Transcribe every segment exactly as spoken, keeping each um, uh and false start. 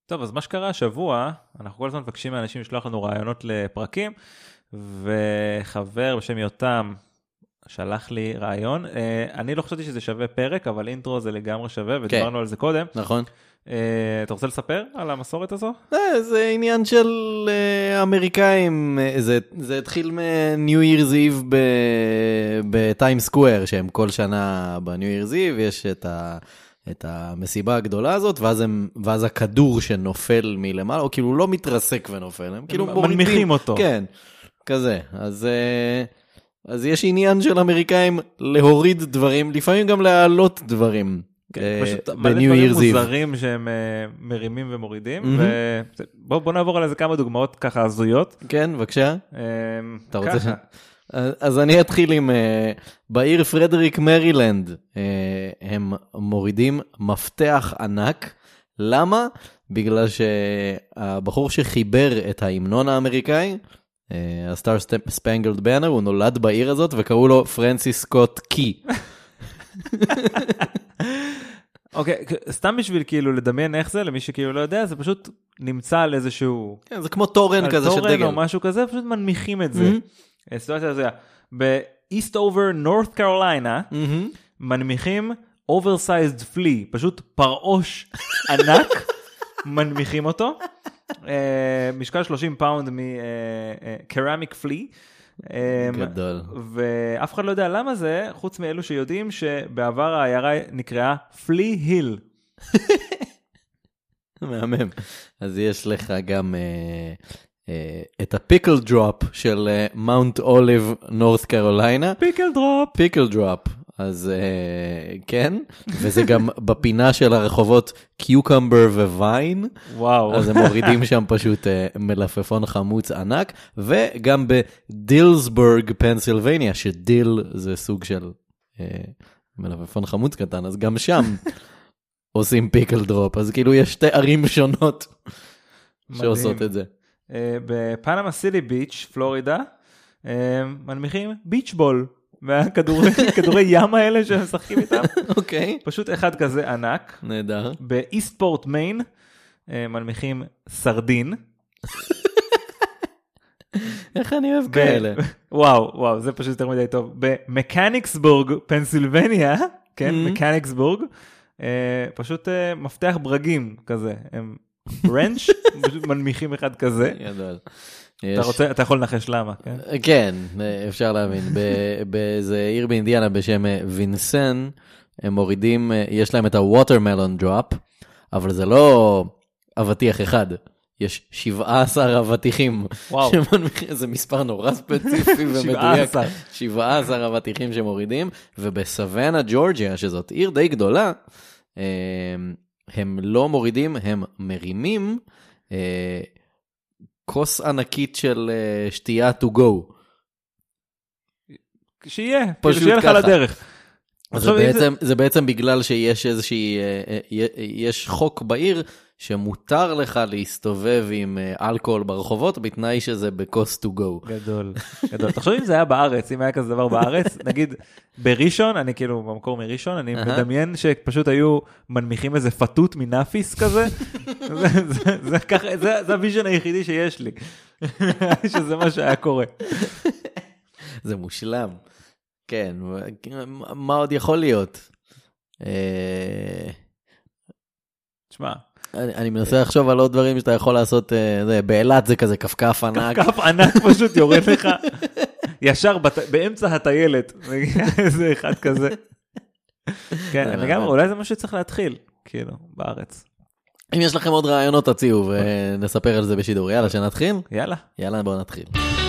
טוב, אז מה שקרה השבוע, אנחנו כל הזמן מבקשים מאנשים לשלוח לנו רעיונות לפרקים, וחבר בשם יותם שלח לי רעיון. אני לא חשבתי שזה שווה פרק, אבל אינטרו זה לגמרי שווה, ודיברנו על זה קודם. נכון. אתה רוצה לספר על המסורת הזו? זה עניין של אמריקאים, זה התחיל מניו יר's Eve בטיים סקוואר, שהם כל שנה בניו יר's Eve, יש את ה... את המסיבה הגדולה הזאת, ואז, הם, ואז הכדור שנופל מלמעלה, או כאילו לא מתרסק ונופל, הם כאילו מורידים. מנמיכים אותו. כן, כזה. אז, אז יש עניין של אמריקאים להוריד דברים, לפעמים גם להעלות דברים. פשוט מלא דברים מוזרים שהם מרימים ומורידים, ובוא נעבור על איזה כמה דוגמאות ככה הזויות. כן, בבקשה. אתה רוצה ש... אז אני אתחיל עם, בעיר פרדריק מרילנד, הם מורידים מפתח ענק. למה? בגלל שהבחור שחיבר את ההמנון האמריקאי, הסטאר ספנגלד בנר, הוא נולד בעיר הזאת וקראו לו פרנסיס סקוט קי. אוקיי, סתם בשביל כאילו לדמיין איך זה, למי שכאילו לא יודע, זה פשוט נמצא על איזשהו... כן, זה כמו טורן כזה של דגל. טורן או משהו כזה, פשוט מנמיכים את זה. סיטואציה הזויה. ב-East over North Carolina, מנמיכים oversized flea, פשוט פרעוש ענק, מנמיכים אותו. משקל שלושים פאונד מקרמיק פלי. גדול. ואף אחד לא יודע למה זה, חוץ מאלו שיודעים שבעבר העיירה נקראה פלי היל. מהמם. אז יש לך גם את הפיקל דרופ של מאונט אוליב, נורת' קרוליינה. פיקל דרופ. פיקל דרופ. אז כן, וזה גם בפינה של הרחובות קיוקמבר וויין. וואו. אז הם מורידים שם פשוט מלפפון חמוץ ענק, וגם בדילסבורג, פנסילבניה, שדיל זה סוג של מלפפון חמוץ קטן, אז גם שם עושים פיקל דרופ. אז כאילו יש שתי ערים שונות שעושות את זה. בפנמה סיטי ביץ', פלורידה, מנמיכים ביץ' בול. והכדורי ים האלה שמשחקים איתם. אוקיי. פשוט אחד כזה ענק. נהדר. באיסטפורט מיין, מנמיכים סרדין. איך אני אוהב כאלה? וואו, וואו, זה פשוט יותר מדי טוב. במקניקסבורג, פנסילבניה, כן, מקניקסבורג, פשוט מפתח ברגים כזה. הם רנץ', פשוט מנמיכים אחד כזה. גדול. אתה רוצה, אתה יכול לנחש למה, כן? כן, אפשר להבין. באיזה עיר באינדיאנה בשם וינסן, הם מורידים, יש להם את הווטרמלון דרופ, אבל זה לא אבטיח אחד. יש שבעה עשר אבטיחים. וואו. זה מספר נורא ספציפי ומדויק. שבעה עשר אבטיחים שמורידים, ובסוואנה, ג'ורג'יה, שזאת עיר די גדולה, הם לא מורידים, הם מרימים, כוס ענקית של שתייה to go. שיהיה, שיהיה לך לדרך. זה בעצם, זה בעצם בגלל שיש איזושהי, יש חוק בעיר שמותר לך להסתובב עם אלכוהול ברחובות, בתנאי שזה בכוס to go. גדול, גדול. תחשוב אם זה היה בארץ, אם היה כזה דבר בארץ, נגיד בראשון, אני כאילו במקור מראשון, אני מדמיין שפשוט היו מנמיכים איזה פטוט מנאפיס כזה, זה הוויז'ן היחידי שיש לי, שזה מה שהיה קורה. זה מושלם. כן, מה עוד יכול להיות? תשמע, אני, אני מנסה לחשוב על עוד דברים שאתה יכול לעשות, זה, באילת זה כזה כפכף ענק. כפכף ענק פשוט יורד לך, ישר בת, באמצע הטיילת, איזה אחד כזה. כן, לגמרי, אולי זה מה שצריך להתחיל, כאילו, בארץ. אם יש לכם עוד רעיונות תציעו ונספר על זה בשידור, יאללה, שנתחיל? יאללה. יאללה, בואו נתחיל.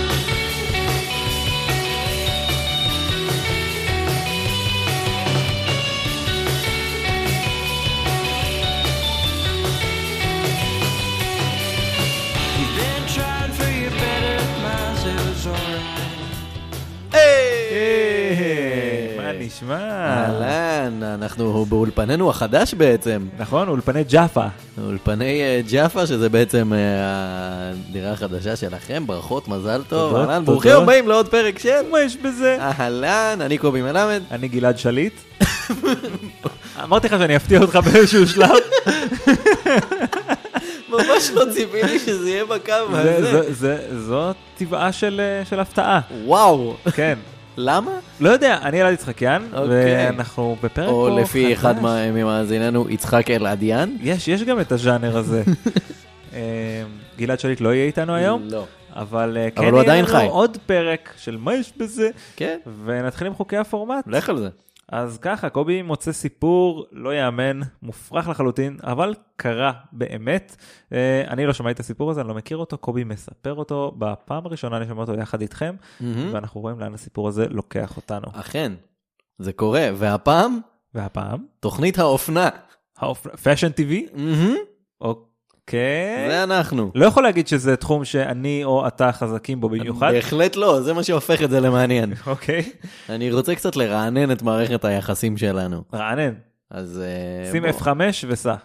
נשמע. אהלן, אנחנו באולפננו החדש בעצם. נכון, אולפני ג'אפה. אולפני ג'אפה, שזה בעצם הדירה החדשה שלכם. ברכות, מזל טוב. אהלן, ברוכים הבאים לעוד פרק של מה יש בזה? אהלן, אני קובי מלמד. אני גלעד שליט. אמרתי לך שאני אפתיע אותך באיזשהו שלב. ממש לא ציפיתי שזה יהיה בקו הזה. זו טבעה של הפתעה. וואו. כן. למה? לא יודע, אני אלעד יצחקיאן, ואנחנו בפרק פה... או לפי אחד ממאזיננו, יצחק אלעדיאן. יש, יש גם את הז'אנר הזה. גלעד שליט לא יהיה איתנו היום. לא. אבל כן יהיה לנו עוד פרק של מה יש בזה. כן. ונתחיל עם חוקי הפורמט. לך על זה. אז ככה, קובי מוצא סיפור, לא יאמן, מופרך לחלוטין, אבל קרה באמת. אני לא שמעתי את הסיפור הזה, אני לא מכיר אותו, קובי מספר אותו, בפעם הראשונה אני שמע אותו יחד איתכם, ואנחנו רואים לאן הסיפור הזה לוקח אותנו. אכן, זה קורה, והפעם? והפעם? תוכנית האופנה. האופנה, פאשן טיווי? אוקיי. כן. זה אנחנו. לא יכול להגיד שזה תחום שאני או אתה חזקים בו במיוחד. בהחלט לא, זה מה שהופך את זה למעניין. אוקיי. אני רוצה קצת לרענן את מערכת היחסים שלנו. רענן. אז... שים אף חמש וסע.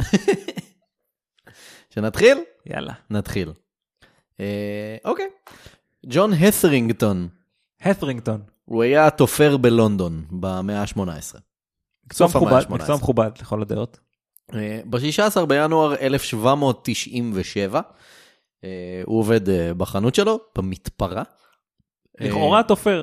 שנתחיל? יאללה. נתחיל. אוקיי. ג'ון הסרינגטון. הסרינגטון. הוא היה תופר בלונדון במאה ה-שמונה עשרה. מקצוע מכובד לכל הדעות. ב-שישה עשר בינואר אלף שבע מאות תשעים ושבע, הוא עובד בחנות שלו, במתפרה. לכאורה תופר.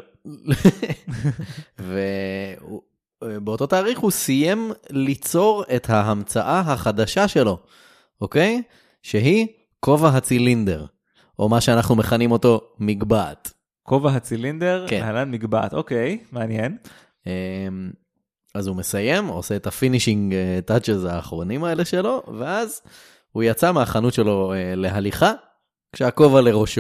ובאותו תאריך הוא סיים ליצור את ההמצאה החדשה שלו, אוקיי? שהיא כובע הצילינדר, או מה שאנחנו מכנים אותו מגבעת. כובע הצילינדר, כן. להלן מגבעת, אוקיי, מעניין. אז הוא מסיים, עושה את הפינישינג טאצ'ז האחרונים האלה שלו, ואז הוא יצא מהחנות שלו להליכה, כשהכובע לראשו.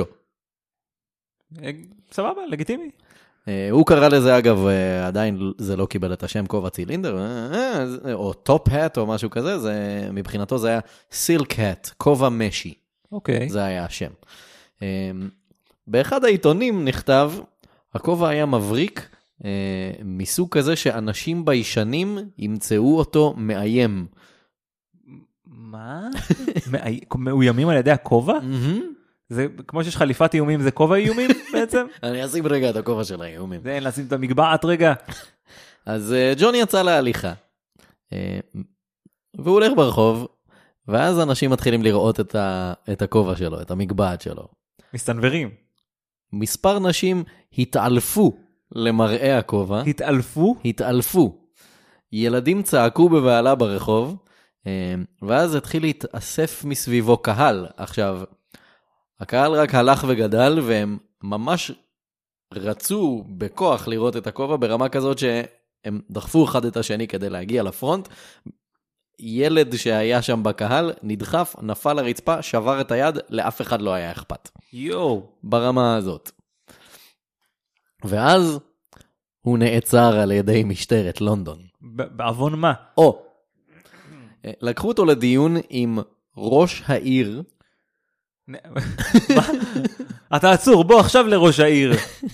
סבבה, לגיטימי. הוא קרא לזה, אגב, עדיין זה לא קיבל את השם כובע צילינדר, או טופ האט או משהו כזה, זה, מבחינתו זה היה סילק האט, כובע משי. אוקיי. זה היה השם. באחד העיתונים נכתב, הכובע היה מבריק, מסוג כזה שאנשים ביישנים ימצאו אותו מאיים. מה? מאוימים על ידי הכובע? זה כמו שיש חליפת איומים, זה כובע איומים בעצם? אני אשים רגע את הכובע של האיומים. זה, נשים את המגבעת רגע. אז ג'ון יצא להליכה, והוא הולך ברחוב, ואז אנשים מתחילים לראות את הכובע שלו, את המגבעת שלו. מסתנברים. מספר נשים התעלפו למראה הכובע. התעלפו? התעלפו. ילדים צעקו בבעלה ברחוב, ואז התחיל להתאסף מסביבו קהל. עכשיו, הקהל רק הלך וגדל, והם ממש רצו בכוח לראות את הכובע, ברמה כזאת שהם דחפו אחד את השני כדי להגיע לפרונט. ילד שהיה שם בקהל נדחף, נפל לרצפה, שבר את היד, לאף אחד לא היה אכפת. יו. ברמה הזאת. ואז הוא נעצר על ידי משטרת לונדון. בעוון מה? או, לקחו אותו לדיון עם ראש העיר. מה? אתה עצור, בוא עכשיו לראש העיר.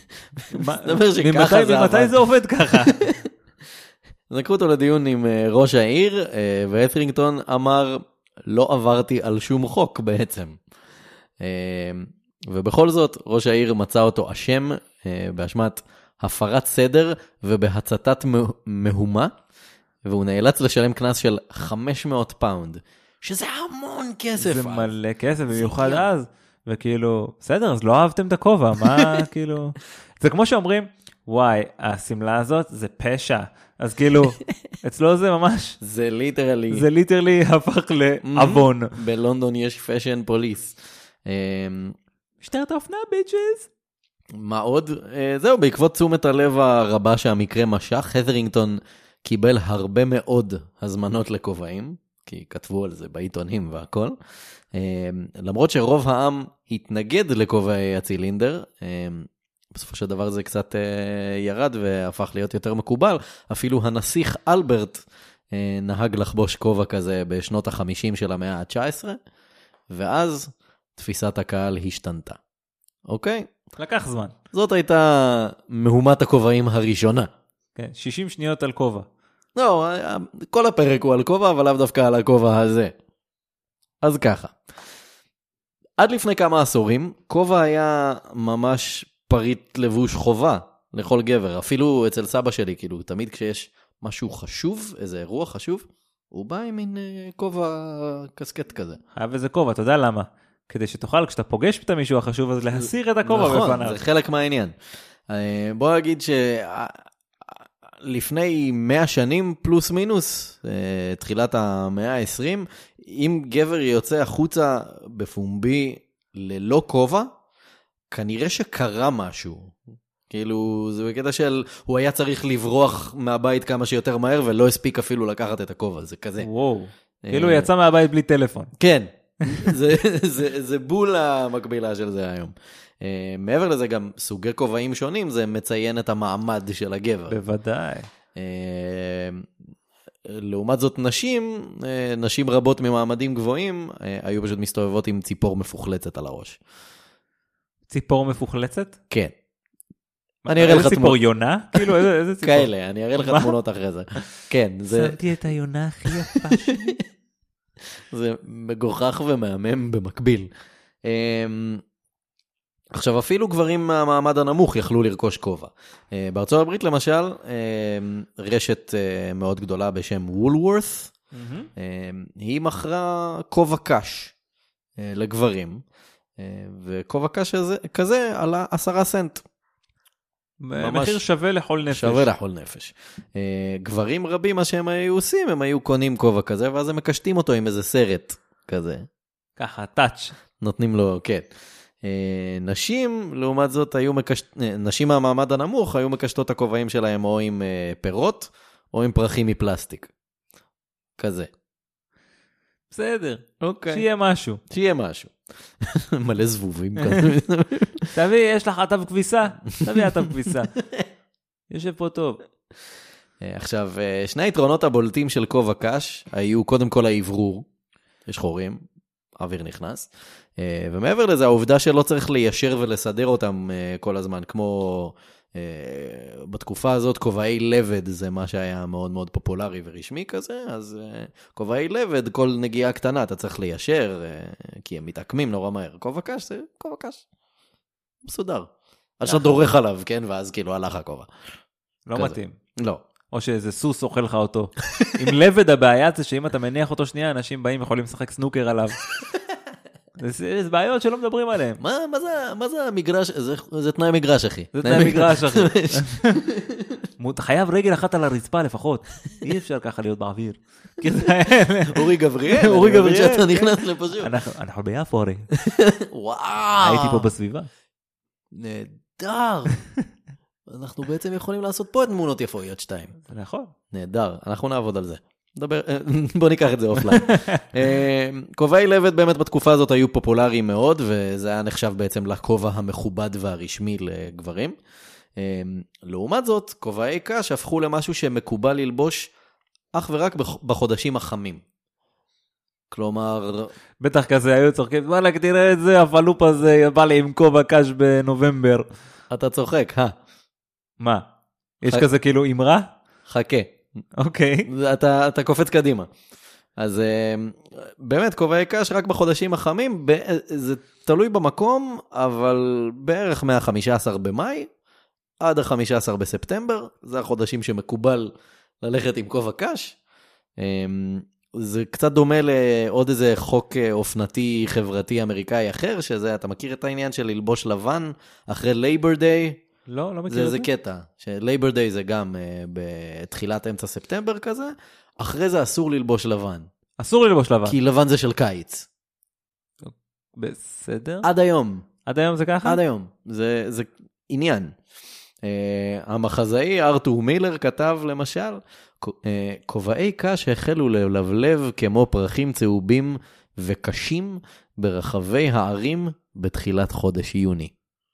ממתי זה עובד ככה? לקחו אותו לדיון עם ראש העיר, והסרינגטון אמר, לא עברתי על שום חוק בעצם. ובכל זאת, ראש העיר מצא אותו אשם באשמת הפרת סדר ובהצתת מהומה, והוא נאלץ לשלם קנס של חמש מאות פאונד, שזה המון כסף. זה מלא כסף, במיוחד אז. וכאילו, בסדר, אז לא אהבתם את הכובע, מה כאילו... זה כמו שאומרים, וואי, הסמלה הזאת זה פשע. אז כאילו, אצלו זה ממש... זה ליטרלי... זה ליטרלי הפך לעוון. בלונדון יש פשן פוליס. משטרת האופנה, ביצ'ז. מה עוד? זהו, בעקבות תשומת הלב הרבה שהמקרה משך, הסרינגטון קיבל הרבה מאוד הזמנות לכובעים, כי כתבו על זה בעיתונים והכל. למרות שרוב העם התנגד לכובעי הצילינדר, בסופו של דבר זה קצת ירד והפך להיות יותר מקובל. אפילו הנסיך אלברט נהג לחבוש כובע כזה בשנות החמישים של המאה ה-תשע עשרה, ואז תפיסת הקהל השתנתה. אוקיי? לקח זמן. זאת הייתה מהומת הכובעים הראשונה. כן, שישים שניות על כובע. לא, כל הפרק הוא על כובע, אבל לאו דווקא על הכובע הזה. אז ככה. עד לפני כמה עשורים, כובע היה ממש פריט לבוש חובה לכל גבר. אפילו אצל סבא שלי, כאילו, תמיד כשיש משהו חשוב, איזה אירוע חשוב, הוא בא עם מין כובע קסקט כזה. אבל זה כובע, אתה יודע למה? כדי שתוכל, כשאתה פוגש את המישהו החשוב, אז להסיר את הכובע בפניו. נכון, זה חלק מהעניין. בוא נגיד שלפני מאה שנים פלוס מינוס, תחילת המאה ה-עשרים, אם גבר יוצא החוצה בפומבי ללא כובע, כנראה שקרה משהו. כאילו, זה בקטע של, הוא היה צריך לברוח מהבית כמה שיותר מהר, ולא הספיק אפילו לקחת את הכובע, זה כזה. וואו, כאילו הוא יצא מהבית בלי טלפון. כן, זה, זה, זה בול המקבילה של זה היום. מעבר לזה גם סוגי כובעים שונים, זה מציין את המעמד של הגבר. בוודאי. לעומת זאת נשים, נשים רבות ממעמדים גבוהים, היו פשוט מסתובבות עם ציפור מפוחלצת על הראש. ציפור מפוחלצת? כן. אני אראה לך תמונות. ציפור יונה? כאילו איזה ציפור? כאלה, אני אראה לך תמונות אחרי זה. כן, זה... שמתי את היונה הכי יפה שלי. זה מגוחך ומהמם במקביל. עכשיו, אפילו גברים מהמעמד הנמוך יכלו לרכוש כובע. בארצות הברית, למשל, רשת מאוד גדולה בשם וולוורת', היא מכרה כובע קש לגברים, וכובע קש כזה עלה עשרה סנט. מחיר שווה לכל נפש. שווה לכל נפש. גברים רבים, מה שהם היו עושים, הם היו קונים כובע כזה, ואז הם מקשטים אותו עם איזה סרט כזה. ככה, טאץ'. נותנים לו, כן. נשים, לעומת זאת, היו מקשט... נשים מהמעמד הנמוך, היו מקשטות הכובעים שלהם או עם פירות, או עם פרחים מפלסטיק. כזה. בסדר. אוקיי. שיהיה משהו. שיהיה משהו. מלא זבובים. תביא, יש לך עטב כביסה? תביא עטב כביסה. יושב פה טוב. עכשיו, שני היתרונות הבולטים של כובע קש, היו קודם כל העברור. יש חורים, אוויר נכנס. ומעבר לזה, העובדה שלא צריך ליישר ולסדר אותם כל הזמן, כמו בתקופה הזאת, כובעי לבד זה מה שהיה מאוד מאוד פופולרי ורשמי כזה, אז כובעי לבד, כל נגיעה קטנה אתה צריך ליישר, כי הם מתעקמים נורא מהר. כובע קש זה כובע קש. מסודר. אז שאתה דורך עליו, כן? ואז כאילו הלך הכובע. לא מתאים. לא. או שאיזה סוס אוכל לך אותו. עם לבד הבעיה זה שאם אתה מניח אותו שנייה, אנשים באים יכולים לשחק סנוקר עליו. זה בעיות שלא מדברים עליהן. מה, מה זה, מה זה המגרש? זה, זה תנאי מגרש, אחי. זה תנאי מגרש, אחי. אתה חייב רגל אחת על הרצפה לפחות. אי אפשר ככה להיות באוויר. אורי גבריאל. אורי גבריאל. שאתה נכנס לפשוט. אנחנו ביפו הרי. וואו. הייתי פה בסביבה. נהדר. אנחנו בעצם יכולים לעשות פה את תמונות יפויות שתיים. זה נכון. נהדר. אנחנו נעבוד על זה. דבר, בוא ניקח את זה אופליין. כובעי לבד באמת בתקופה הזאת היו פופולריים מאוד, וזה היה נחשב בעצם לכובע המכובד והרשמי לגברים. לעומת זאת, כובעי קש הפכו למשהו שמקובל ללבוש אך ורק בחודשים החמים. כלומר... בטח כזה היו צוחקים, וואלק תראה את זה, הפלופ הזה בא לי עם כובע קש בנובמבר. אתה צוחק, אה? מה? יש כזה כאילו אמרה? חכה. אוקיי. אתה, אתה קופץ קדימה. אז באמת, כובעי קש רק בחודשים החמים, זה תלוי במקום, אבל בערך מה-חמישה עשר במאי, עד ה-חמישה עשר בספטמבר, זה החודשים שמקובל ללכת עם כובע קש. זה קצת דומה לעוד איזה חוק אופנתי חברתי אמריקאי אחר, שזה, אתה מכיר את העניין של ללבוש לבן, אחרי לייבר דיי? לא, לא מכיר זה, את זה זה. קטע, שלייבר דיי זה גם uh, בתחילת אמצע ספטמבר כזה, אחרי זה אסור ללבוש לבן. אסור ללבוש לבן. כי לבן זה של קיץ. בסדר. עד היום. עד היום זה ככה? עד היום. זה, זה עניין. Uh, המחזאי ארתור מילר כתב למשל, כובעי קש החלו ללבלב כמו פרחים צהובים וקשים ברחבי הערים בתחילת חודש יוני.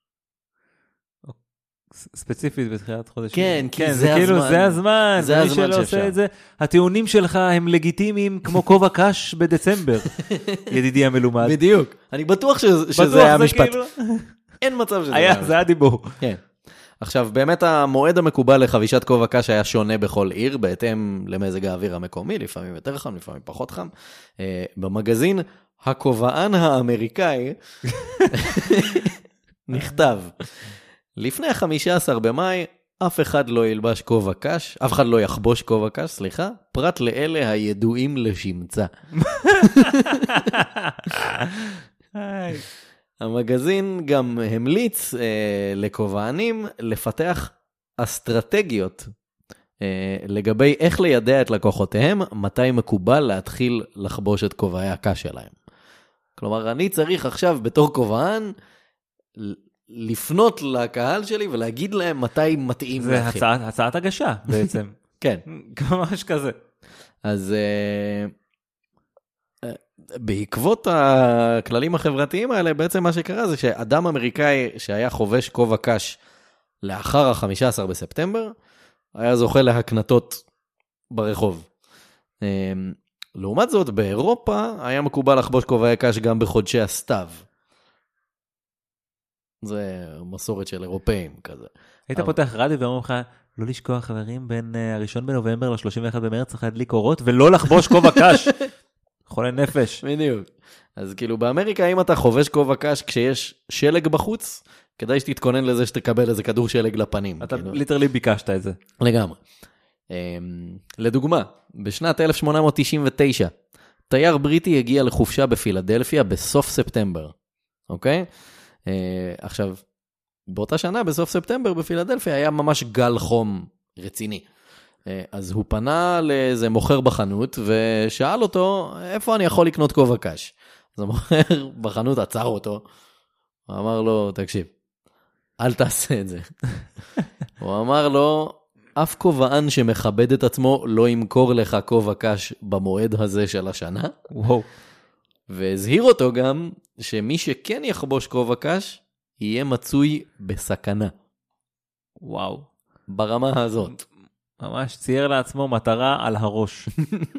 ספציפית בתחילת חודש. כן, כי כן, זה, זה הזמן. כאילו זה הזמן. זה הזמן שלא שאפשר. עושה את זה, הטיעונים שלך הם לגיטימיים כמו כובע קש בדצמבר. ידידי המלומד. בדיוק. אני בטוח שזה, שזה בטוח היה זה משפט. כאילו... אין מצב שזה היה, זה היה דיבור. כן. עכשיו, באמת המועד המקובל לחבישת כובע קש היה שונה בכל עיר, בהתאם למזג האוויר המקומי, לפעמים יותר חם, לפעמים פחות חם. במגזין, הכובען האמריקאי נכתב, לפני ה-חמישה עשר במאי, אף אחד לא ילבש כובע קש, אף אחד לא יחבוש כובע קש, סליחה, פרט לאלה הידועים לשמצה. המגזין גם המליץ אה, לכובענים לפתח אסטרטגיות אה, לגבי איך לידע את לקוחותיהם, מתי מקובל להתחיל לחבוש את כובעי הקש שלהם. כלומר, אני צריך עכשיו בתור כובען לפנות לקהל שלי ולהגיד להם מתי מתאים זה להתחיל. זה הצעת, הצעת הגשה בעצם. כן. ממש כזה. אז uh, uh, בעקבות הכללים החברתיים האלה, בעצם מה שקרה זה שאדם אמריקאי שהיה חובש כובע קש לאחר ה-חמישה עשר בספטמבר, היה זוכה להקנטות ברחוב. Uh, לעומת זאת, באירופה היה מקובל לחבוש כובעי קש גם בחודשי הסתיו. זה מסורת של אירופאים כזה. היית פותח רדיו ואומרים לך, לא לשכוח חברים בין הראשון בנובמבר ל-שלושים ואחד במרץ, צריך להדליק אורות ולא לחבוש כובע קש. חולה נפש. בדיוק. אז כאילו באמריקה, אם אתה חובש כובע קש כשיש שלג בחוץ, כדאי שתתכונן לזה שתקבל איזה כדור שלג לפנים. אתה ליטרלי ביקשת את זה. לגמרי. לדוגמה, בשנת אלף שמונה מאות תשעים ותשע, תייר בריטי הגיע לחופשה בפילדלפיה בסוף ספטמבר. אוקיי? Uh, עכשיו, באותה שנה, בסוף ספטמבר בפילדלפיה, היה ממש גל חום רציני. Uh, אז הוא פנה לאיזה מוכר בחנות, ושאל אותו, איפה אני יכול לקנות כובע קש? אז המוכר בחנות עצר אותו, הוא אמר לו, תקשיב, אל תעשה את זה. הוא אמר לו, אף כובען שמכבד את עצמו, לא ימכור לך כובע קש במועד הזה של השנה. וואו. והזהיר אותו גם שמי שכן יחבוש כובע קש, יהיה מצוי בסכנה. וואו. ברמה הזאת. ממש צייר לעצמו מטרה על הראש.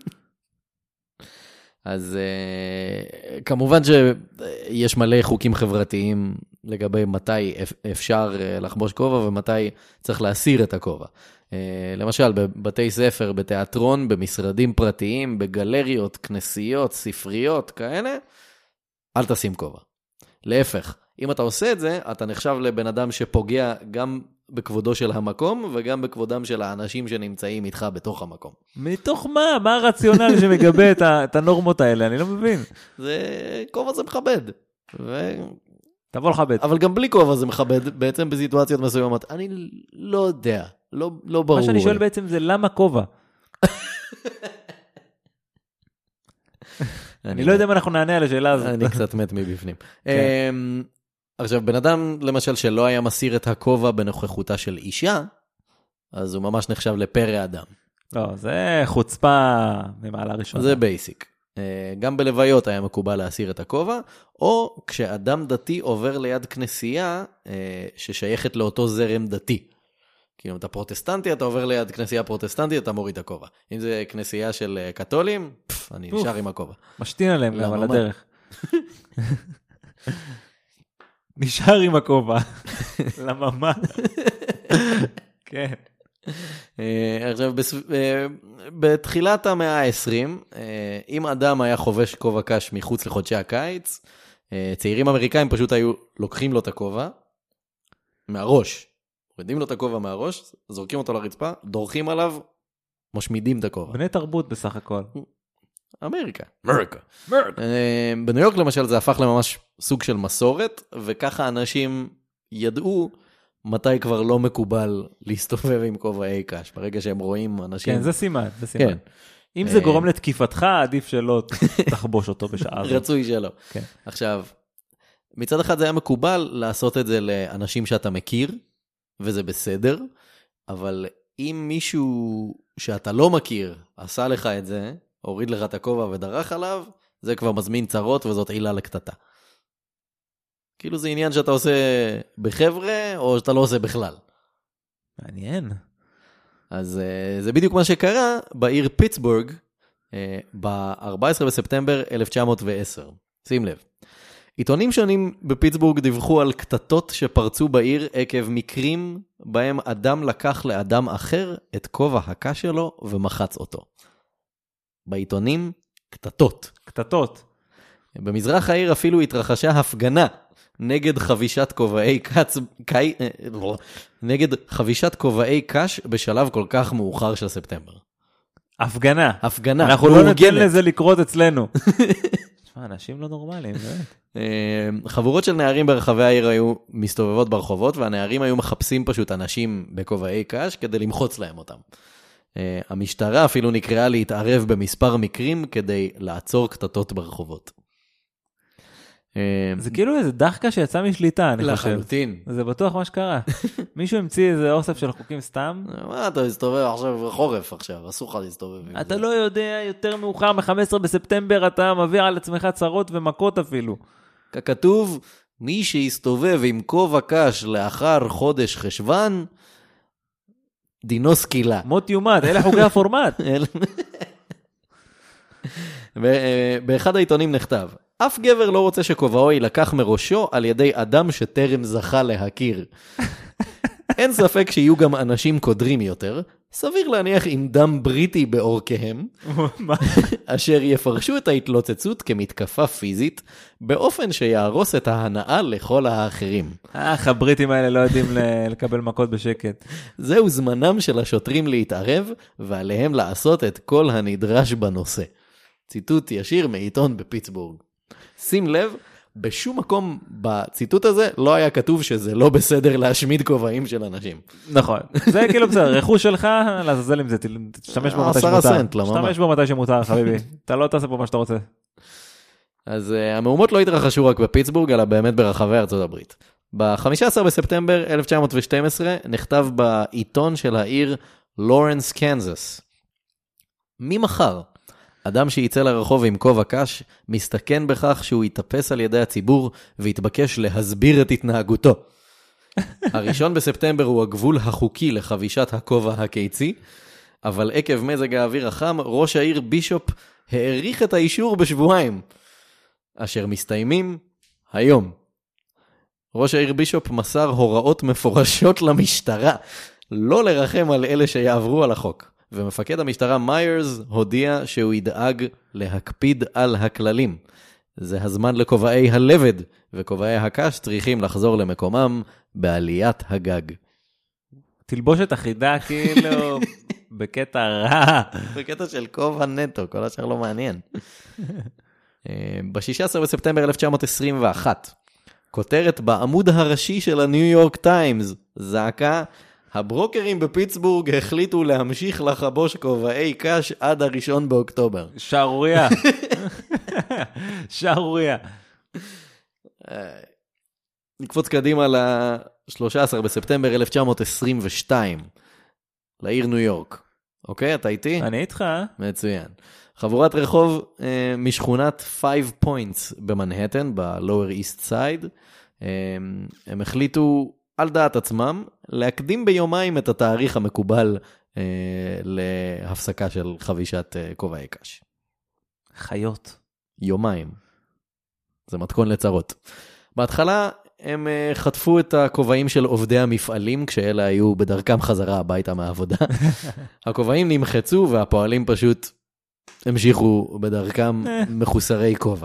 אז uh, כמובן שיש מלא חוקים חברתיים לגבי מתי אפשר uh, לחבוש כובע ומתי צריך להסיר את הכובע. Uh, למשל, בבתי ספר, בתיאטרון, במשרדים פרטיים, בגלריות, כנסיות, ספריות, כאלה, אל תשים כובע. להפך, אם אתה עושה את זה, אתה נחשב לבן אדם שפוגע גם בכבודו של המקום, וגם בכבודם של האנשים שנמצאים איתך בתוך המקום. מתוך מה? מה הרציונל שמגבה את, ה- את הנורמות האלה? אני לא מבין. זה, כובע זה מכבד. ו... תבוא לכבד. אבל גם בלי כובע זה מכבד, בעצם בסיטואציות מסוימות. אני לא יודע, לא, לא ברור. מה שאני שואל בעצם זה למה כובע? אני לא יודע אם אנחנו נענה על השאלה הזאת. אני קצת מת מבפנים. עכשיו, בן אדם, למשל, שלא היה מסיר את הכובע בנוכחותה של אישה, אז הוא ממש נחשב לפרא אדם. לא, זה חוצפה ממעלה ראשונה. זה בייסיק. גם בלוויות היה מקובל להסיר את הכובע, או כשאדם דתי עובר ליד כנסייה ששייכת לאותו זרם דתי. כי אם אתה פרוטסטנטי, אתה עובר ליד כנסייה פרוטסטנטית, אתה מוריד את הכובע. אם זה כנסייה של קתולים, פף, אני נשאר עם הכובע. משתין עליהם גם על הדרך. נשאר עם הכובע. למה מה? כן. עכשיו, בתחילת המאה ה-עשרים, אם אדם היה חובש כובע קש מחוץ לחודשי הקיץ, צעירים אמריקאים פשוט היו לוקחים לו את הכובע מהראש. מורידים לו את הכובע מהראש, זורקים אותו לרצפה, דורכים עליו, משמידים את הכובע. בני תרבות בסך הכל. אמריקה. אמריקה. בניו יורק למשל זה הפך לממש סוג של מסורת, וככה אנשים ידעו מתי כבר לא מקובל להסתובב עם כובעי קש, ברגע שהם רואים אנשים... כן, זה סימן, זה סימן. אם זה גורם לתקיפתך, עדיף שלא תחבוש אותו בשעה הזאת. רצוי שלא. עכשיו, מצד אחד זה היה מקובל לעשות את זה לאנשים שאתה מכיר, וזה בסדר, אבל אם מישהו שאתה לא מכיר עשה לך את זה, הוריד לך את הכובע ודרך עליו, זה כבר מזמין צרות וזאת עילה לקטטה. כאילו זה עניין שאתה עושה בחבר'ה, או שאתה לא עושה בכלל. מעניין. אז זה בדיוק מה שקרה בעיר פיטסבורג, ב-ארבעה עשר בספטמבר אלף תשע מאות ועשר. שים לב. עיתונים שונים בפיטסבורג דיווחו על קטטות שפרצו בעיר עקב מקרים בהם אדם לקח לאדם אחר את כובע הקש שלו ומחץ אותו. בעיתונים, קטטות. קטטות. במזרח העיר אפילו התרחשה הפגנה נגד חבישת כובעי קץ, קי, נגד חבישת כובעי קש בשלב כל כך מאוחר של ספטמבר. הפגנה. הפגנה. אנחנו לא ניתן לזה לקרות אצלנו. אנשים לא נורמליים, באמת. חבורות של נערים ברחבי העיר היו מסתובבות ברחובות, והנערים היו מחפשים פשוט אנשים בכובעי קש כדי למחוץ להם אותם. המשטרה אפילו נקראה להתערב במספר מקרים כדי לעצור קטטות ברחובות. זה כאילו איזה דחקה שיצא משליטה, אני חושב. לחלוטין. זה בטוח מה שקרה. מישהו המציא איזה אוסף של חוקים סתם. מה אתה מסתובב עכשיו חורף עכשיו, אסור לך להסתובב. אתה לא יודע, יותר מאוחר מ-חמישה עשר בספטמבר אתה מביא על עצמך צרות ומכות אפילו. ככתוב, מי שיסתובב עם כובע קש לאחר חודש חשבן, דינו סקילה. מות יומד, אלה חוקי הפורמט. באחד העיתונים נכתב, אף גבר לא רוצה שכובעו יילקח מראשו על ידי אדם שטרם זכה להכיר. אין ספק שיהיו גם אנשים קודרים יותר, סביר להניח עם דם בריטי באורקיהם, אשר יפרשו את ההתלוצצות כמתקפה פיזית, באופן שיהרוס את ההנאה לכל האחרים. אך, הבריטים האלה לא יודעים לקבל מכות בשקט. זהו זמנם של השוטרים להתערב, ועליהם לעשות את כל הנדרש בנושא. ציטוט ישיר מעיתון בפיטסבורג. שים לב, בשום מקום בציטוט הזה לא היה כתוב שזה לא בסדר להשמיד כובעים של אנשים. נכון. זה כאילו בסדר, רכוש שלך, לעזאזל עם זה, תשתמש בו מתי שמותר. תשתמש בו מתי שמותר, חביבי. אתה לא תעשה פה מה שאתה רוצה. אז המהומות לא התרחשו רק בפיטסבורג, אלא באמת ברחבי ארצות הברית. ב-חמישה עשר בספטמבר אלף תשע מאות ושתים עשרה נכתב בעיתון של העיר לורנס, קנזס. מי מחר? אדם שיצא לרחוב עם כובע קש, מסתכן בכך שהוא יתאפס על ידי הציבור, ויתבקש להסביר את התנהגותו. הראשון בספטמבר הוא הגבול החוקי לחבישת הכובע הקיצי, אבל עקב מזג האוויר החם, ראש העיר בישופ העריך את האישור בשבועיים, אשר מסתיימים היום. ראש העיר בישופ מסר הוראות מפורשות למשטרה, לא לרחם על אלה שיעברו על החוק. ומפקד המשטרה מיירס הודיע שהוא ידאג להקפיד על הכללים. זה הזמן לכובעי הלבד, וכובעי הקש צריכים לחזור למקומם בעליית הגג. תלבושת אחידה כאילו בקטע רע. בקטע של כובע נטו, כל השאר לא מעניין. ב-שישה עשר בספטמבר אלף תשע מאות עשרים ואחת, כותרת בעמוד הראשי של הניו יורק טיימס, זעקה, הברוקרים בפיטסבורג החליטו להמשיך לחבוש כובעי קש עד הראשון באוקטובר. שערוריה. שערוריה. נקפוץ קדימה ל-שלושה עשר בספטמבר אלף תשע מאות עשרים ושתיים, לעיר ניו יורק. אוקיי, אתה איתי? אני איתך. מצוין. חבורת רחוב אה, משכונת פייב פוינטס במנהטן, ב-Lower East Side. אה, הם החליטו על דעת עצמם, להקדים ביומיים את התאריך המקובל אה, להפסקה של חבישת אה, כובעי קש. חיות. יומיים. זה מתכון לצרות. בהתחלה הם אה, חטפו את הכובעים של עובדי המפעלים, כשאלה היו בדרכם חזרה הביתה מהעבודה. הכובעים נמחצו והפועלים פשוט המשיכו בדרכם מחוסרי כובע.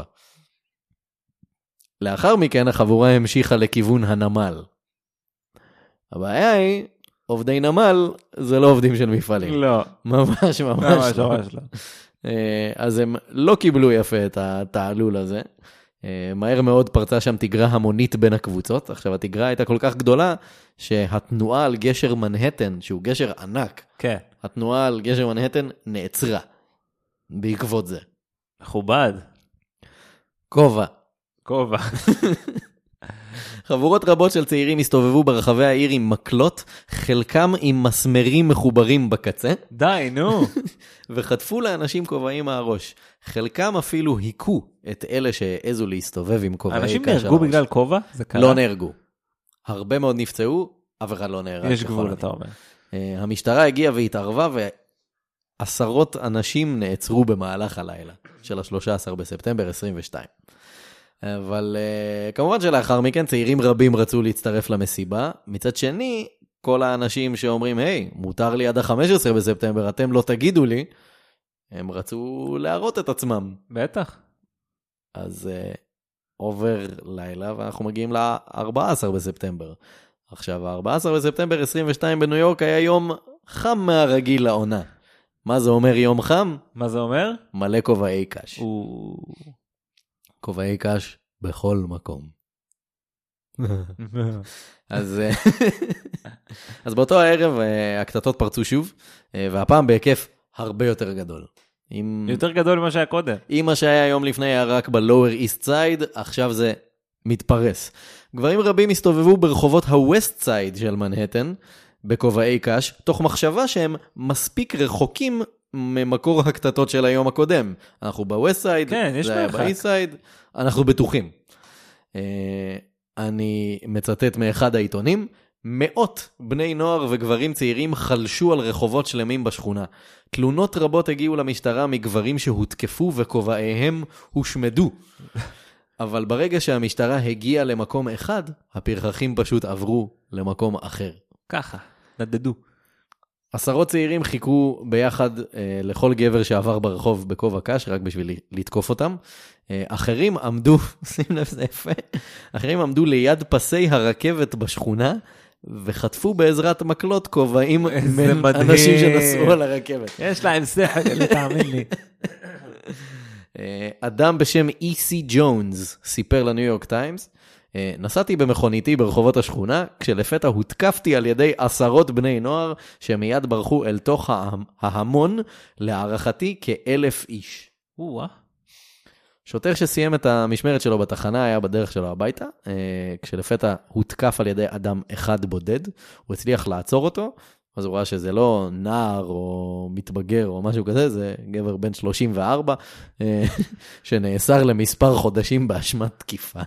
לאחר מכן החבורה המשיכה לכיוון הנמל. הבעיה היא, עובדי נמל זה לא עובדים של מפעלים. לא. ממש ממש ממש ממש לא. אז הם לא קיבלו יפה את התעלול הזה. מהר מאוד פרצה שם תגרה המונית בין הקבוצות. עכשיו התגרה הייתה כל כך גדולה, שהתנועה על גשר מנהטן, שהוא גשר ענק, כן. התנועה על גשר מנהטן נעצרה. בעקבות זה. מכובד. כובע. כובע. חבורות רבות של צעירים הסתובבו ברחבי העיר עם מקלות, חלקם עם מסמרים מחוברים בקצה. די, נו. וחטפו לאנשים כובעים מהראש. חלקם אפילו היכו את אלה שהעזו להסתובב עם כובעי קש. אנשים נהרגו בגלל כובע? זה קרה? לא נהרגו. הרבה מאוד נפצעו, אף אחד לא נהרג. יש גבול, אתה אומר. המשטרה הגיעה והתערבה, ועשרות אנשים נעצרו במהלך הלילה של ה-שלושה עשר בספטמבר עשרים ושתיים. אבל uh, כמובן שלאחר מכן צעירים רבים רצו להצטרף למסיבה. מצד שני, כל האנשים שאומרים, היי, מותר לי עד ה-חמישה עשר בספטמבר, אתם לא תגידו לי, הם רצו להראות את עצמם. בטח. אז uh, עובר לילה, ואנחנו מגיעים ל-ארבעה עשר בספטמבר. עכשיו, ה-ארבעה עשר בספטמבר עשרים ושתיים בניו יורק היה יום חם מהרגיל לעונה. מה זה אומר יום חם? מה זה אומר? מלא כובעי קש. כובעי קש בכל מקום. אז, אז באותו הערב הקטטות פרצו שוב, והפעם בהיקף הרבה יותר גדול. עם... יותר גדול ממה שהיה קודם. עם מה שהיה יום לפני היה רק ב-Lower East Side, עכשיו זה מתפרס. גברים רבים הסתובבו ברחובות ה-West Side של מנהטן, בכובעי קש, תוך מחשבה שהם מספיק רחוקים ממקור הקטטות של היום הקודם. אנחנו ב-West Side, כן, יש זה היה ב-East Side, אנחנו בטוחים. אני מצטט מאחד העיתונים, מאות בני נוער וגברים צעירים חלשו על רחובות שלמים בשכונה. תלונות רבות הגיעו למשטרה מגברים שהותקפו וכובעיהם הושמדו. אבל ברגע שהמשטרה הגיעה למקום אחד, הפרחחים פשוט עברו למקום אחר. ככה, נדדו. עשרות צעירים חיכו ביחד אה, לכל גבר שעבר ברחוב בכובע קש, רק בשביל לתקוף אותם. אה, אחרים עמדו, שים לב זה יפה, אחרים עמדו ליד פסי הרכבת בשכונה, וחטפו בעזרת מקלות כובעים אנשים שנסעו על הרכבת. יש להם שכל, תאמין לי. אדם בשם אי סי ג'ונס סיפר לניו יורק טיימס, נסעתי במכוניתי ברחובות השכונה, כשלפתע הותקפתי על ידי עשרות בני נוער, שמיד ברחו אל תוך ההמון, להערכתי כאלף איש. וואה. שוטר שסיים את המשמרת שלו בתחנה היה בדרך שלו הביתה, כשלפתע הותקף על ידי אדם אחד בודד, הוא הצליח לעצור אותו, אז הוא ראה שזה לא נער או מתבגר או משהו כזה, זה גבר בן שלושים וארבע, שנאסר למספר חודשים באשמת תקיפה.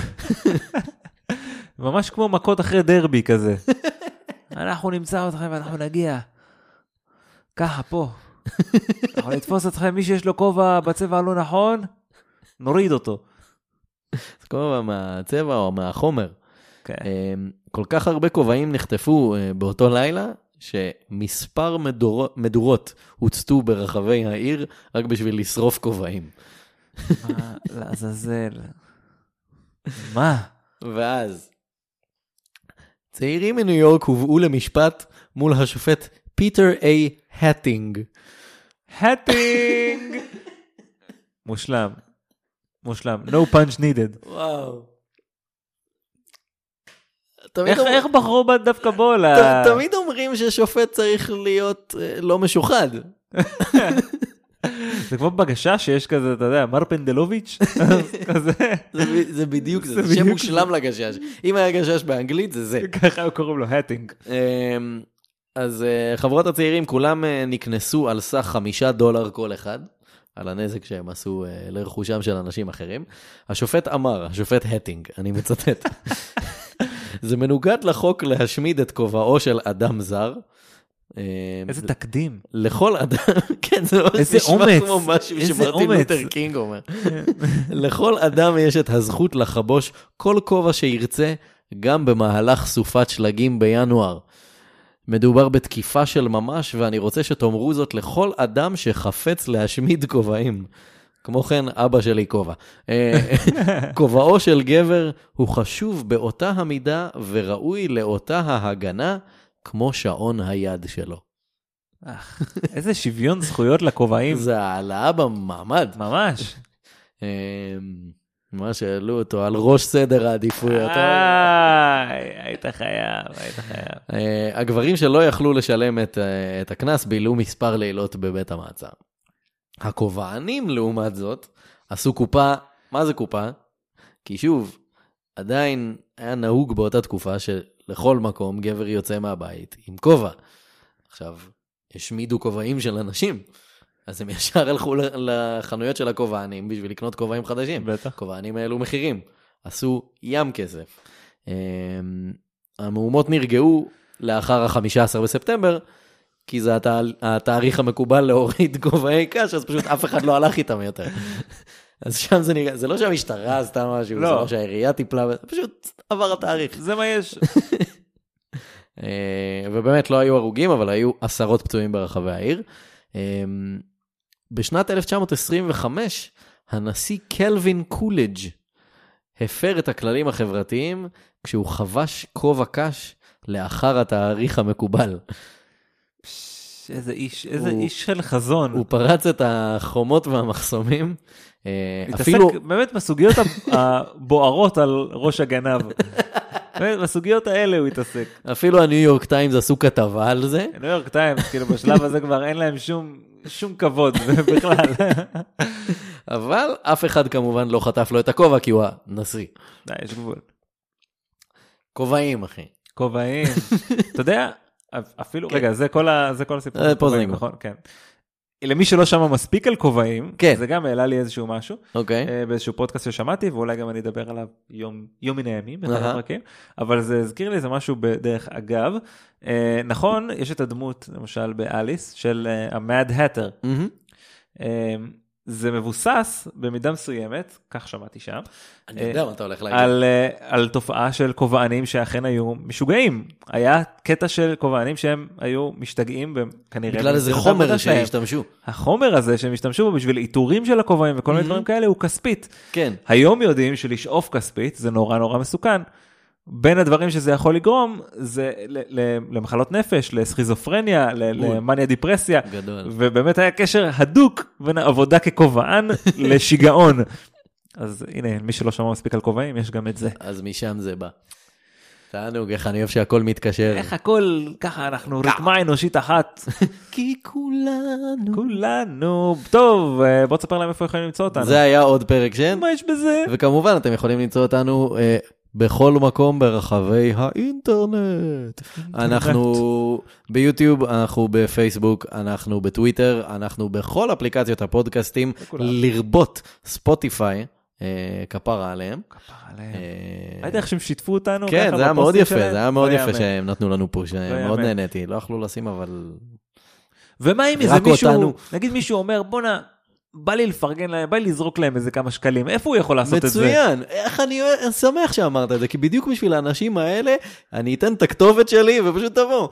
ממש כמו מכות אחרי דרבי כזה. אנחנו נמצא אתכם ואנחנו נגיע. ככה פה. אנחנו נתפוס אתכם, מי שיש לו כובע בצבע הלא נכון, נוריד אותו. זה כובע מהצבע או מהחומר. כל כך הרבה כובעים נחטפו באותו לילה, שמספר מדור... מדורות הוצתו ברחבי העיר, רק בשביל לשרוף כובעים. מה? לעזאזל. מה? ואז, צעירים מניו יורק הובאו למשפט מול השופט פיטר איי הטינג. הטינג! מושלם. מושלם. No punch needed. וואו. איך, אומר... איך בחרו דווקא בו? ת, תמיד אומרים ששופט צריך להיות לא משוחד. זה כמו בגשש שיש כזה, אתה יודע, מר פנדלוביץ'. כזה. זה, זה בדיוק זה, זה שם מושלם לגשש. אם היה גשש באנגלית, זה זה. ככה הוא קוראים לו, הטינג. אז חברות הצעירים כולם נקנסו על סך חמישה דולר כל אחד, על הנזק שהם עשו לרכושם של אנשים אחרים. השופט אמר, השופט הטינג, אני מצטט. זה מנוגד לחוק להשמיד את כובעו של אדם זר. איזה תקדים. לכל אדם, כן, זה לא נשמע כמו משהו שמרטין לותר קינג אומר. לכל אדם יש את הזכות לחבוש כל כובע שירצה, גם במהלך סופת שלגים בינואר. מדובר בתקיפה של ממש, ואני רוצה שתאמרו זאת לכל אדם שחפץ להשמיד כובעים. כמו כן, אבא שלי כובע. כובעו של גבר הוא חשוב באותה המידה וראוי לאותה ההגנה כמו שעון היד שלו. איזה שוויון זכויות לכובעים. זה העלאה במעמד. ממש. מה שאלו אותו על ראש סדר העדיפויות. היית חייב, היית חייב. הגברים שלא יכלו לשלם את הכנס בילו מספר לילות בבית המעצר. הכובענים, לעומת זאת, עשו קופה, מה זה קופה? כי שוב, עדיין היה נהוג באותה תקופה שלכל מקום גבר יוצא מהבית עם כובע. עכשיו, השמידו כובעים של אנשים, אז הם ישר הלכו לחנויות של הכובענים בשביל לקנות כובעים חדשים. בטח. כובענים האלו מחירים. עשו ים כסף. המהומות נרגעו לאחר ה-חמישה עשר בספטמבר, כי זה התאריך המקובל להוריד כובעי קש, אז פשוט אף אחד לא הלך איתם יותר. אז שם זה נראה, זה לא שהמשטרה עשתה משהו, זה לא שהעירייה טיפלה, זה פשוט עבר התאריך. זה מה יש. ובאמת לא היו הרוגים, אבל היו עשרות פצועים ברחבי העיר. בשנת אלף תשע מאות עשרים וחמש, הנשיא קלווין קולג' הפר את הכללים החברתיים כשהוא חבש כובע קש לאחר התאריך המקובל. איזה איש, איזה איש של חזון. הוא פרץ את החומות והמחסומים. אפילו באמת בסוגיות הבוערות על ראש הגנב. בסוגיות האלה הוא התעסק. אפילו הניו יורק טיימס עשו כתבה על זה. הניו יורק טיימס, כאילו בשלב הזה כבר אין להם שום, שום כבוד בכלל. אבל אף אחד כמובן לא חטף לו את הכובע, כי הוא הנשיא. די, יש גבול. כובעים, אחי. כובעים. אתה יודע, אפילו, רגע, זה כל הסיפור. פה זה נגמר. נכון, כן. למי שלא שמע מספיק על כובעים, כן. זה גם העלה לי איזשהו משהו, אוקיי. באיזשהו פודקאסט ששמעתי, ואולי גם אני אדבר עליו יום, יום מן הימים, הפרקים, אבל זה הזכיר לי איזה משהו בדרך אגב. נכון, יש את הדמות, למשל באליס, של המאד האטר. זה מבוסס במידה מסוימת, כך שמעתי שם, אני יודע מה אתה הולך להגיד. על, על תופעה של כובענים שאכן היו משוגעים. היה קטע של כובענים שהם היו משתגעים, כנראה... בגלל איזה חומר שהשתמשו. החומר הזה שהם השתמשו בו בשביל איתורים של הכובעים וכל מיני דברים כאלה הוא כספית. כן. היום יודעים שלשאוף כספית זה נורא נורא מסוכן. בין הדברים שזה יכול לגרום, זה למחלות נפש, לסכיזופרניה, למניה דיפרסיה, ובאמת היה קשר הדוק בין העבודה ככובען לשיגעון. אז הנה, מי שלא שמע מספיק על כובעים, יש גם את זה. אז משם זה בא. תענוג, איך אני אוהב שהכל מתקשר. איך הכל, ככה אנחנו רקמה אנושית אחת. כי כולנו. כולנו. טוב, בוא תספר להם איפה יכולים למצוא אותנו. זה היה עוד פרק שן. מה יש בזה? וכמובן, אתם יכולים למצוא אותנו... בכל מקום ברחבי האינטרנט. אנחנו ביוטיוב, אנחנו בפייסבוק, אנחנו בטוויטר, אנחנו בכל אפליקציות הפודקאסטים, לרבות ספוטיפיי, כפרה עליהם. כפרה עליהם. ראיתי איך שהם שיתפו אותנו? כן, זה היה מאוד יפה, זה היה מאוד יפה שהם נתנו לנו פוש, מאוד נהניתי, לא יכלו לשים אבל... ומה אם איזה מישהו, נגיד מישהו אומר, בוא נע... בא לי לפרגן להם, בא לי לזרוק להם איזה כמה שקלים, איפה הוא יכול לעשות את זה? מצוין, איך אני שמח שאמרת את זה, כי בדיוק בשביל האנשים האלה, אני אתן את הכתובת שלי ופשוט תבוא.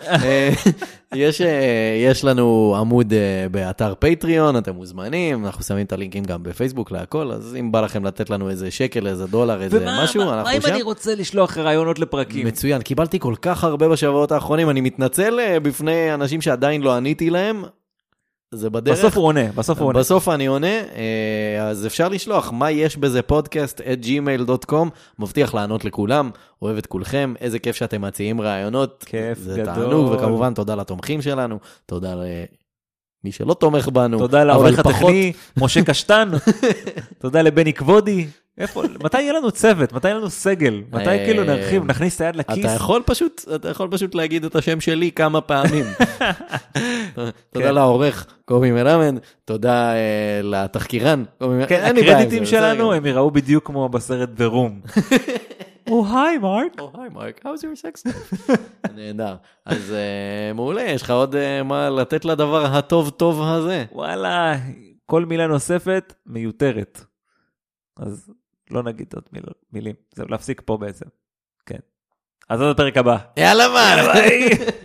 יש, יש לנו עמוד באתר פטריון, אתם מוזמנים, אנחנו שמים את הלינקים גם בפייסבוק להכל, אז אם בא לכם לתת לנו איזה שקל, איזה דולר, איזה משהו, אנחנו שם. מה אם אני רוצה לשלוח רעיונות לפרקים? מצוין, קיבלתי כל כך הרבה בשבועות האחרונים, אני מתנצל בפני אנשים שעדיין לא עניתי להם, זה בדרך. בסוף הוא עונה, בסוף הוא עונה. בסוף אני עונה, אז אפשר לשלוח, מה יש בזה פודקאסט את ג'ימייל דוט קום, מבטיח לענות לכולם, אוהב את כולכם, איזה כיף שאתם מציעים רעיונות. כיף זה גדול. תענוג, וכמובן תודה לתומכים שלנו, תודה למי שלא תומך בנו. תודה לעורך הטכני, משה קשטן, תודה לבני כבודי. איפה, מתי יהיה לנו צוות? מתי יהיה לנו סגל? מתי כאילו נרחיב, נכניס את היד לכיס? אתה יכול פשוט, אתה יכול פשוט להגיד את השם שלי כמה פעמים. תודה לעורך, קובי מלמד, תודה לתחקירן, קובי מלמד. כן, הקרדיטים שלנו הם יראו בדיוק כמו בסרט The Room. או היי מרק. או היי מרק, how's your sex life? נהדר. אז מעולה, יש לך עוד מה לתת לדבר הטוב טוב הזה? וואלה, כל מילה נוספת מיותרת. אז לא נגיד עוד מילים, זהו, להפסיק פה בעצם. כן. אז עוד הפרק הבא. יאללה מה.